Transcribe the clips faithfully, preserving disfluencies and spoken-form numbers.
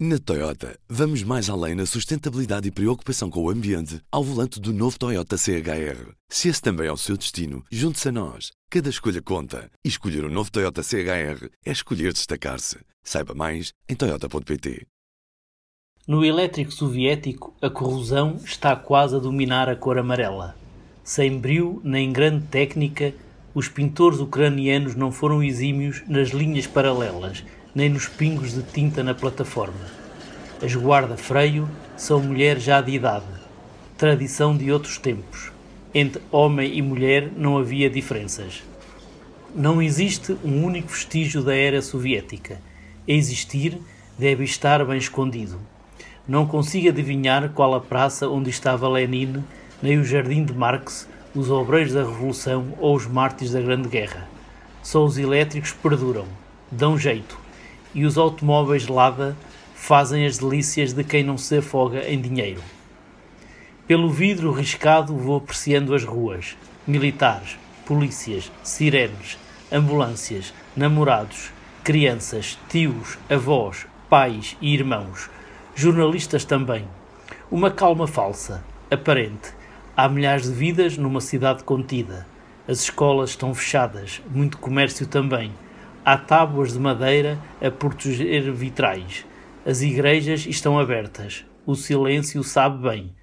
Na Toyota, vamos mais além na sustentabilidade e preocupação com o ambiente ao volante do novo Toyota C H R. Se esse também é o seu destino, junte-se a nós. Cada escolha conta. E escolher o novo Toyota C H R é escolher destacar-se. Saiba mais em toyota ponto pt. No elétrico soviético, a corrosão está quase a dominar a cor amarela. Sem brio nem grande técnica, os pintores ucranianos não foram exímios nas linhas paralelas, nem nos pingos de tinta na plataforma. As guarda-freio são mulheres já de idade, tradição de outros tempos. Entre homem e mulher não havia diferenças. Não existe um único vestígio da era soviética. A existir, deve estar bem escondido. Não consigo adivinhar qual a praça onde estava Lenin, nem o jardim de Marx, os obreiros da Revolução ou os mártires da Grande Guerra. Só os elétricos perduram, dão jeito, e os automóveis Lada fazem as delícias de quem não se afoga em dinheiro. Pelo vidro riscado vou apreciando as ruas, militares, polícias, sirenes, ambulâncias, namorados, crianças, tios, avós, pais e irmãos, jornalistas também. Uma calma falsa, aparente. Há milhares de vidas numa cidade contida. As escolas estão fechadas, muito comércio também. Há tábuas de madeira a proteger vitrais. As igrejas estão abertas. O silêncio sabe bem.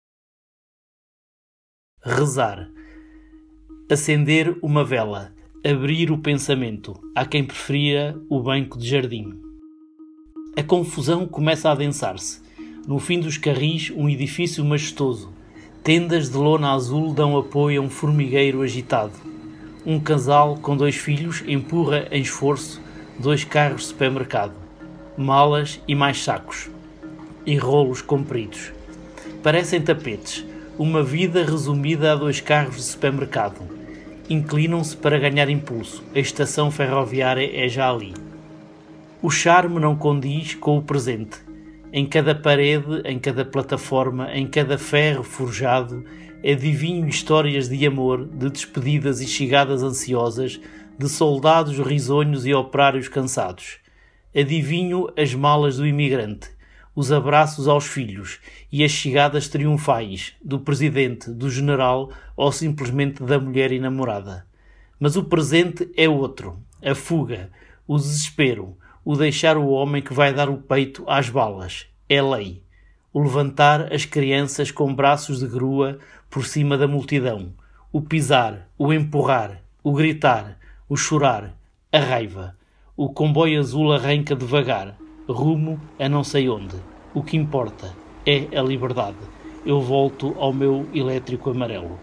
Rezar. Acender uma vela. Abrir o pensamento. Há quem prefira o banco de jardim. A confusão começa a adensar-se. No fim dos carris, um edifício majestoso. Tendas de lona azul dão apoio a um formigueiro agitado. Um casal com dois filhos empurra em esforço dois carros de supermercado. Malas e mais sacos. E rolos compridos. Parecem tapetes. Uma vida resumida a dois carros de supermercado. Inclinam-se para ganhar impulso. A estação ferroviária é já ali. O charme não condiz com o presente. Em cada parede, em cada plataforma, em cada ferro forjado, adivinho histórias de amor, de despedidas e chegadas ansiosas, de soldados risonhos e operários cansados. Adivinho as malas do imigrante, os abraços aos filhos e as chegadas triunfais do presidente, do general ou simplesmente da mulher enamorada. Mas o presente é outro, a fuga, o desespero, o deixar o homem que vai dar o peito às balas. É lei. O levantar as crianças com braços de grua por cima da multidão. O pisar, o empurrar, o gritar, o chorar, a raiva. O comboio azul arranca devagar, rumo a não sei onde. O que importa é a liberdade. Eu volto ao meu elétrico amarelo.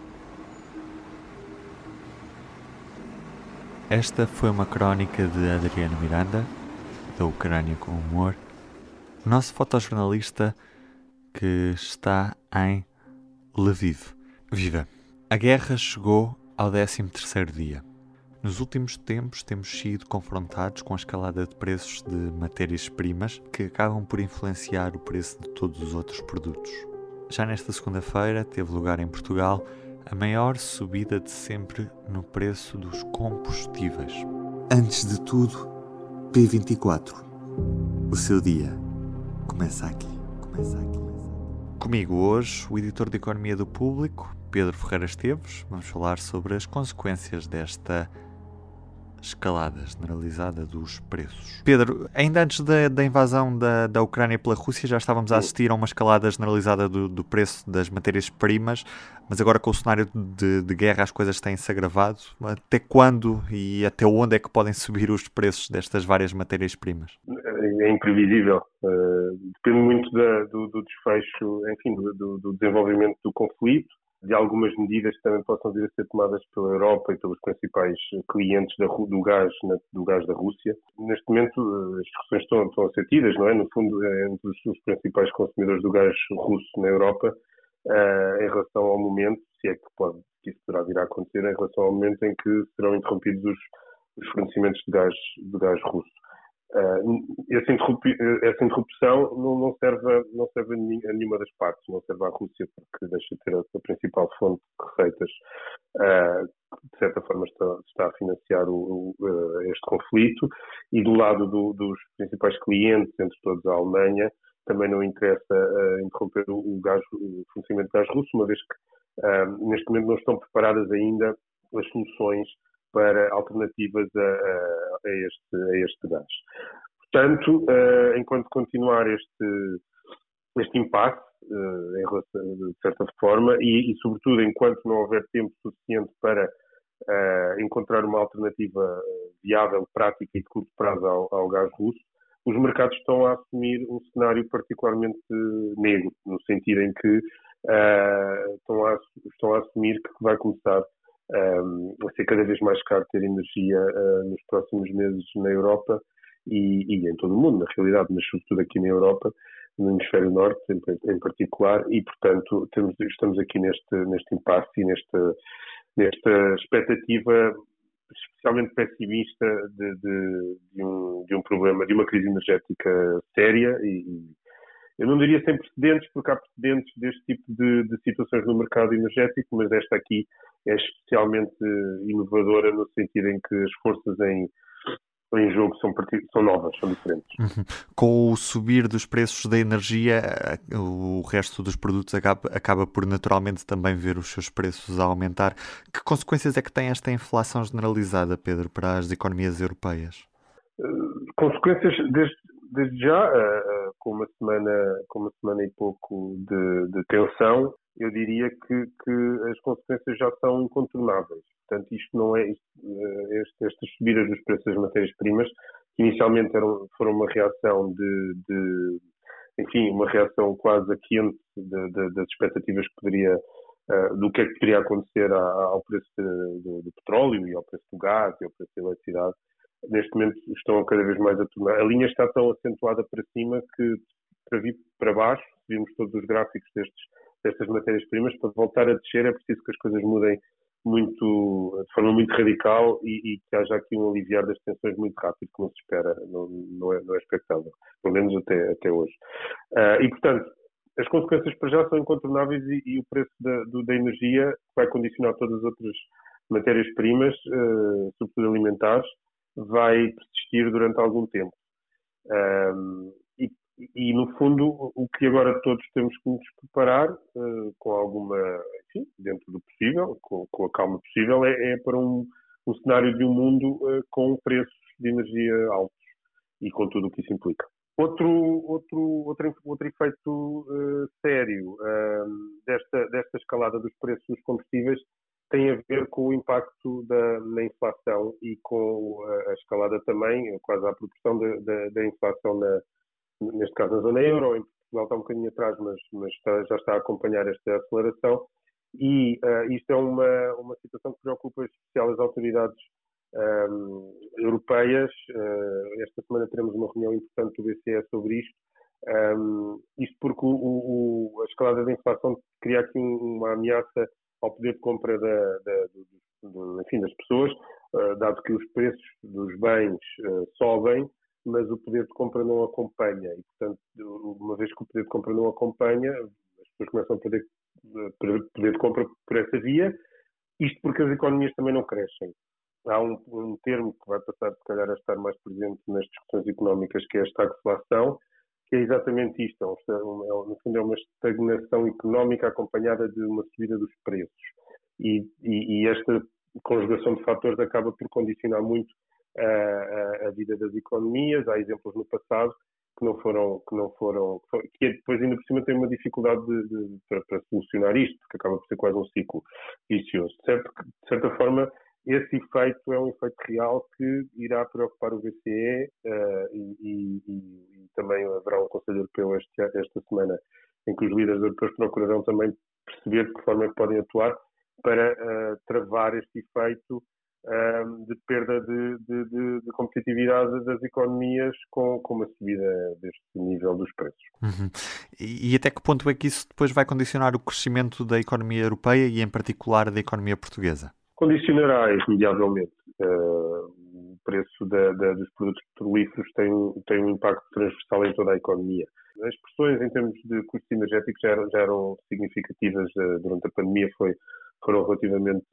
Esta foi uma crónica de Adriano Miranda, da Ucrânia com Humor, o nosso fotojornalista que está em Lviv. Viva! A guerra chegou ao décimo terceiro dia. Nos últimos tempos temos sido confrontados com a escalada de preços de matérias-primas que acabam por influenciar o preço de todos os outros produtos. Já nesta segunda-feira teve lugar em Portugal a maior subida de sempre no preço dos combustíveis. Antes de tudo, P vinte e quatro. O seu dia começa aqui. Começa aqui. Comigo hoje, o editor de Economia do Público, Pedro Ferreira Esteves. Vamos falar sobre as consequências desta escalada generalizada dos preços. Pedro, ainda antes da, da invasão da, da Ucrânia pela Rússia já estávamos a assistir a uma escalada generalizada do, do preço das matérias-primas, mas agora com o cenário de, de guerra as coisas têm-se agravado. Até quando e até onde é que podem subir os preços destas várias matérias-primas? É imprevisível. Uh, depende muito da, do, do desfecho, enfim, do, do, do desenvolvimento do conflito, de algumas medidas que também possam vir a ser tomadas pela Europa e pelos principais clientes da, do, gás, do gás da Rússia. Neste momento, as discussões estão, estão a ser tidas, não é? No fundo, entre os, os principais consumidores do gás russo na Europa, uh, em relação ao momento, se é que, pode, que isso poderá vir a acontecer, em relação ao momento em que serão interrompidos os, os fornecimentos de gás, de gás russo. Uh, essa, essa interrupção não, não, serve a, não serve a nenhuma das partes, não serve à Rússia porque deixa de ter a, a principal fonte de receitas uh, de certa forma está, está a financiar o, o, este conflito, e do lado do, dos principais clientes, entre todos a Alemanha, também não interessa uh, interromper o, o, gás, o fornecimento de gás russo, uma vez que uh, neste momento não estão preparadas ainda as soluções para alternativas a, a, a, este, a este gás. Portanto, uh, enquanto continuar este, este impasse, uh, em relação, de certa forma, e, e sobretudo enquanto não houver tempo suficiente para uh, encontrar uma alternativa viável, prática e de curto prazo ao, ao gás russo, os mercados estão a assumir um cenário particularmente negro, no sentido em que uh, estão, a, estão a assumir que vai começar um, a ser cada vez mais caro ter energia uh, nos próximos meses na Europa e, e em todo o mundo, na realidade, mas sobretudo aqui na Europa, no hemisfério norte em, em particular, e portanto temos, estamos aqui neste, neste impasse e nesta, nesta expectativa especialmente pessimista de, de, de, um, de um problema, de uma crise energética séria, e, e eu não diria sem precedentes, porque há precedentes deste tipo de, de situações no mercado energético, mas esta aqui é especialmente inovadora no sentido em que as forças em, em jogo são, são novas, são diferentes. Uhum. Com o subir dos preços da energia, o resto dos produtos acaba, acaba por naturalmente também ver os seus preços a aumentar. Que consequências é que tem esta inflação generalizada, Pedro, para as economias europeias? Uh, consequências, desde, desde já, uh, uh, com, uma semana, com uma semana e pouco de, de tensão, eu diria que, que as consequências já são incontornáveis. Portanto, isto não é, isto, este, estas subidas dos preços das matérias-primas, que inicialmente eram, foram uma reação de, de, enfim, uma reação quase a quente de, de, das expectativas que poderia, uh, do que é que poderia acontecer a, a, ao preço do petróleo e ao preço do gás e ao preço da eletricidade, neste momento estão cada vez mais a tornar. A linha está tão acentuada para cima que, para vir para baixo, vimos todos os gráficos destes, destas matérias-primas, para voltar a descer é preciso que as coisas mudem muito, de forma muito radical e, e que haja aqui um aliviar das tensões muito rápido, que não se espera, não, não, é, não é expectável, pelo menos até, até hoje. Uh, e, portanto, as consequências para já são incontornáveis e, e o preço da, do, da energia, que vai condicionar todas as outras matérias-primas, uh, sobretudo alimentares, vai persistir durante algum tempo. Um, e, e, no fundo, o que agora todos temos que nos preparar, uh, com alguma, enfim, dentro do possível, com, com a calma possível, é, é para um, um cenário de um mundo uh, com preços de energia altos e com tudo o que isso implica. Outro, outro, outro, outro efeito uh, sério uh, desta, desta escalada dos preços dos combustíveis tem a ver com o impacto da, na inflação e com a, a escalada também, quase à proporção da, da, da inflação, na, neste caso na zona euro. Em Portugal está um bocadinho atrás, mas, mas está, já está a acompanhar esta aceleração. E uh, isto é uma, uma situação que preocupa em especial as autoridades um, europeias. Uh, esta semana teremos uma reunião importante do B C E sobre isto. Um, isto porque o, o, a escalada da inflação cria aqui uma ameaça ao poder de compra da, da, do, do, enfim, das pessoas, uh, dado que os preços dos bens uh, sobem, mas o poder de compra não acompanha. E, portanto, uma vez que o poder de compra não acompanha, as pessoas começam a perder uh, poder de compra por essa via, isto porque as economias também não crescem. Há um, um termo que vai passar, se calhar, a estar mais presente nas discussões económicas, que é a estagflação, que é exatamente isto, é um, é, no fundo é uma estagnação económica acompanhada de uma subida dos preços. E, e, e esta conjugação de fatores acaba por condicionar muito a, a, a vida das economias. Há exemplos no passado que não foram, que não foram, que depois ainda por cima tem uma dificuldade de, de, para, para solucionar isto, porque acaba por ser quase um ciclo vicioso. Certo, de certa forma, esse efeito é um efeito real que irá preocupar o B C E uh, e, e, e também haverá um Conselho Europeu este, esta semana em que os líderes europeus procurarão também perceber de que forma é que podem atuar para uh, travar este efeito uh, de perda de, de, de, de competitividade das economias com, com uma subida deste nível dos preços. Uhum. E, e até que ponto é que isso depois vai condicionar o crescimento da economia europeia e em particular da economia portuguesa? Condicionará irremediavelmente. Uh, o preço da, da, dos produtos petrolíferos tem, tem um impacto transversal em toda a economia. As pressões em termos de custos energéticos já eram, já eram significativas uh, durante a pandemia. Foi, foram relativamente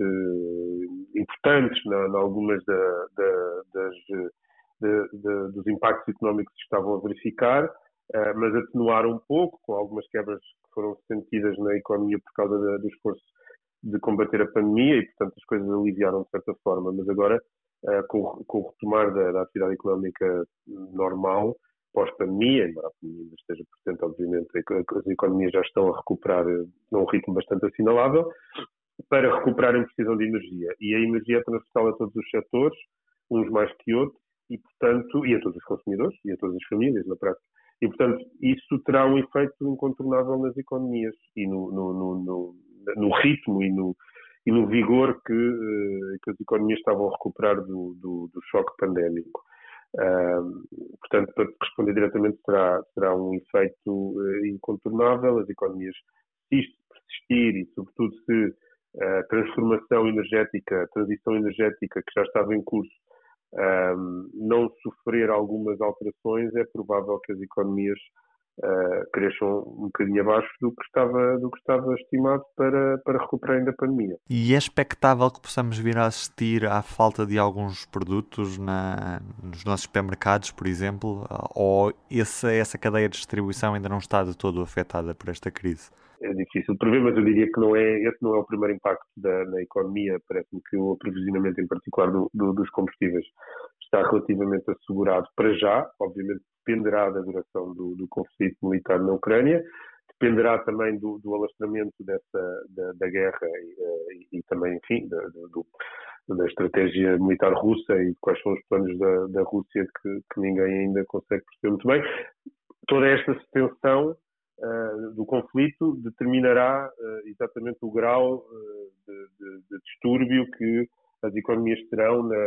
importantes em algumas da, da, das, de, de, dos impactos económicos que estavam a verificar, mas atenuaram um pouco com algumas quebras que foram sentidas na economia por causa da, do esforço de combater a pandemia e, portanto, as coisas aliviaram de certa forma. Mas agora, com, com o retomar da, da atividade económica normal, pós-pandemia, embora a pandemia ainda esteja presente, obviamente, as economias já estão a recuperar num ritmo bastante assinalável. Para recuperarem precisam de energia. E a energia é transversal a todos os setores, uns mais que outros, e, portanto, e a todos os consumidores, e a todas as famílias, na prática. E, portanto, isso terá um efeito incontornável nas economias e no, no, no, no, no ritmo e no, e no vigor que, que as economias estavam a recuperar do, do, do choque pandémico. Uh, portanto, para responder diretamente, será, será um efeito uh, incontornável. As economias, se isto persistir e, sobretudo, se a transformação energética, a transição energética que já estava em curso, Um, não sofrer algumas alterações, é provável que as economias uh, cresçam um bocadinho abaixo do que estava, do que estava estimado para, para recuperarem da pandemia. E é expectável que possamos vir a assistir à falta de alguns produtos na, nos nossos supermercados, por exemplo, ou essa, essa cadeia de distribuição ainda não está de todo afetada por esta crise? É difícil de prever, mas eu diria que não é, esse não é o primeiro impacto da, na economia. Parece-me que o aprovisionamento, em particular do, do, dos combustíveis, está relativamente assegurado para já. Obviamente dependerá da duração do, do conflito militar na Ucrânia, dependerá também do, do alastramento dessa, da, da guerra e, e, e também, enfim, da, do, da estratégia militar russa e quais são os planos da, da Rússia que, que ninguém ainda consegue perceber muito bem. Toda esta suspensão Uh, do conflito determinará uh, exatamente o grau uh, de, de, de distúrbio que as economias terão na,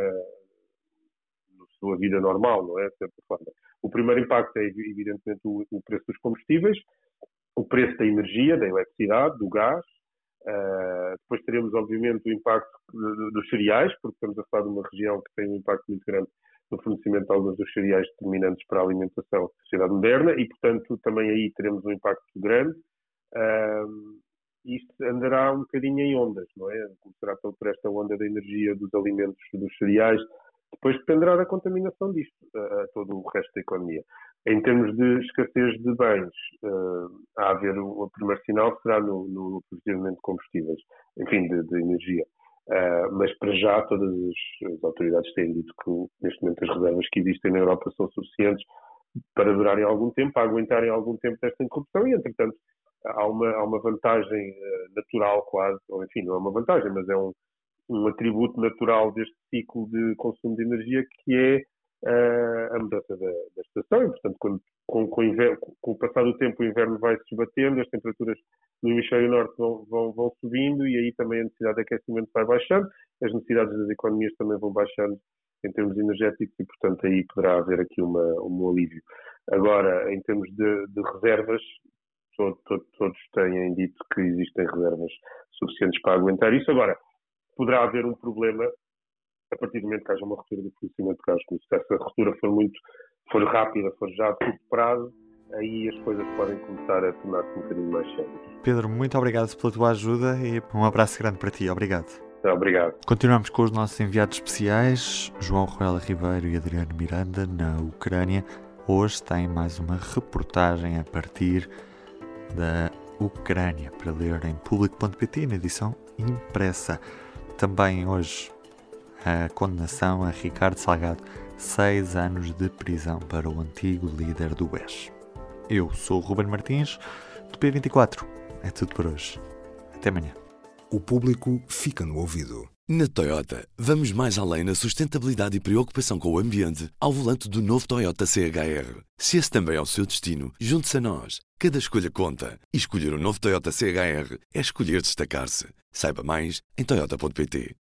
na sua vida normal, não é? De certa forma. O primeiro impacto é, evidentemente, o, o preço dos combustíveis, o preço da energia, da eletricidade, do gás. Uh, depois teremos, obviamente, o impacto de, de, dos cereais, porque estamos a falar de uma região que tem um impacto muito grande no fornecimento de alguns dos cereais determinantes para a alimentação da sociedade moderna e, portanto, também aí teremos um impacto grande. Uh, isto andará um bocadinho em ondas, não é? Começará por esta onda da energia, dos alimentos, dos cereais. Depois dependerá da contaminação disto a, a todo o resto da economia. Em termos de escassez de bens, uh, há a haver o, o primeiro sinal será no, no aprovisionamento de combustíveis, enfim, de, de energia. Uh, mas para já todas as, as autoridades têm dito que neste momento as reservas que existem na Europa são suficientes para durarem algum tempo, para aguentarem algum tempo desta interrupção e, entretanto, há uma, há uma vantagem uh, natural quase, ou enfim, não é uma vantagem, mas é um, um atributo natural deste ciclo de consumo de energia que é uh, a mudança da, da estação e, portanto, quando, com, com, inverno, com o passar do tempo o inverno vai se esbatendo, as temperaturas no hemisfério norte vão, vão, vão subindo e aí também a necessidade de aquecimento vai baixando, as necessidades das economias também vão baixando em termos energéticos e, portanto, aí poderá haver aqui uma, um alívio. Agora, em termos de, de reservas, todo, todo, todos têm dito que existem reservas suficientes para aguentar isso. Agora, poderá haver um problema a partir do momento que haja uma ruptura do fornecimento de gás. Se essa ruptura for muito, for rápida, for já de curto prazo, aí as coisas podem começar a tornar-se um bocadinho mais sérias. Pedro, muito obrigado pela tua ajuda e um abraço grande para ti. Obrigado. Obrigado. Continuamos com os nossos enviados especiais, João Ruela Ribeiro e Adriano Miranda, na Ucrânia. Hoje tem mais uma reportagem a partir da Ucrânia para ler em público ponto pt na edição impressa. Também hoje a condenação a Ricardo Salgado, seis anos de prisão para o antigo líder do B E S. Eu sou o Ruben Martins, do P vinte e quatro. É tudo por hoje. Até amanhã. O público fica no ouvido. Na Toyota, vamos mais além na sustentabilidade e preocupação com o ambiente ao volante do novo Toyota C H R. Se esse também é o seu destino, junte-se a nós. Cada escolha conta. E escolher o novo Toyota C H R é escolher destacar-se. Saiba mais em toyota ponto pt.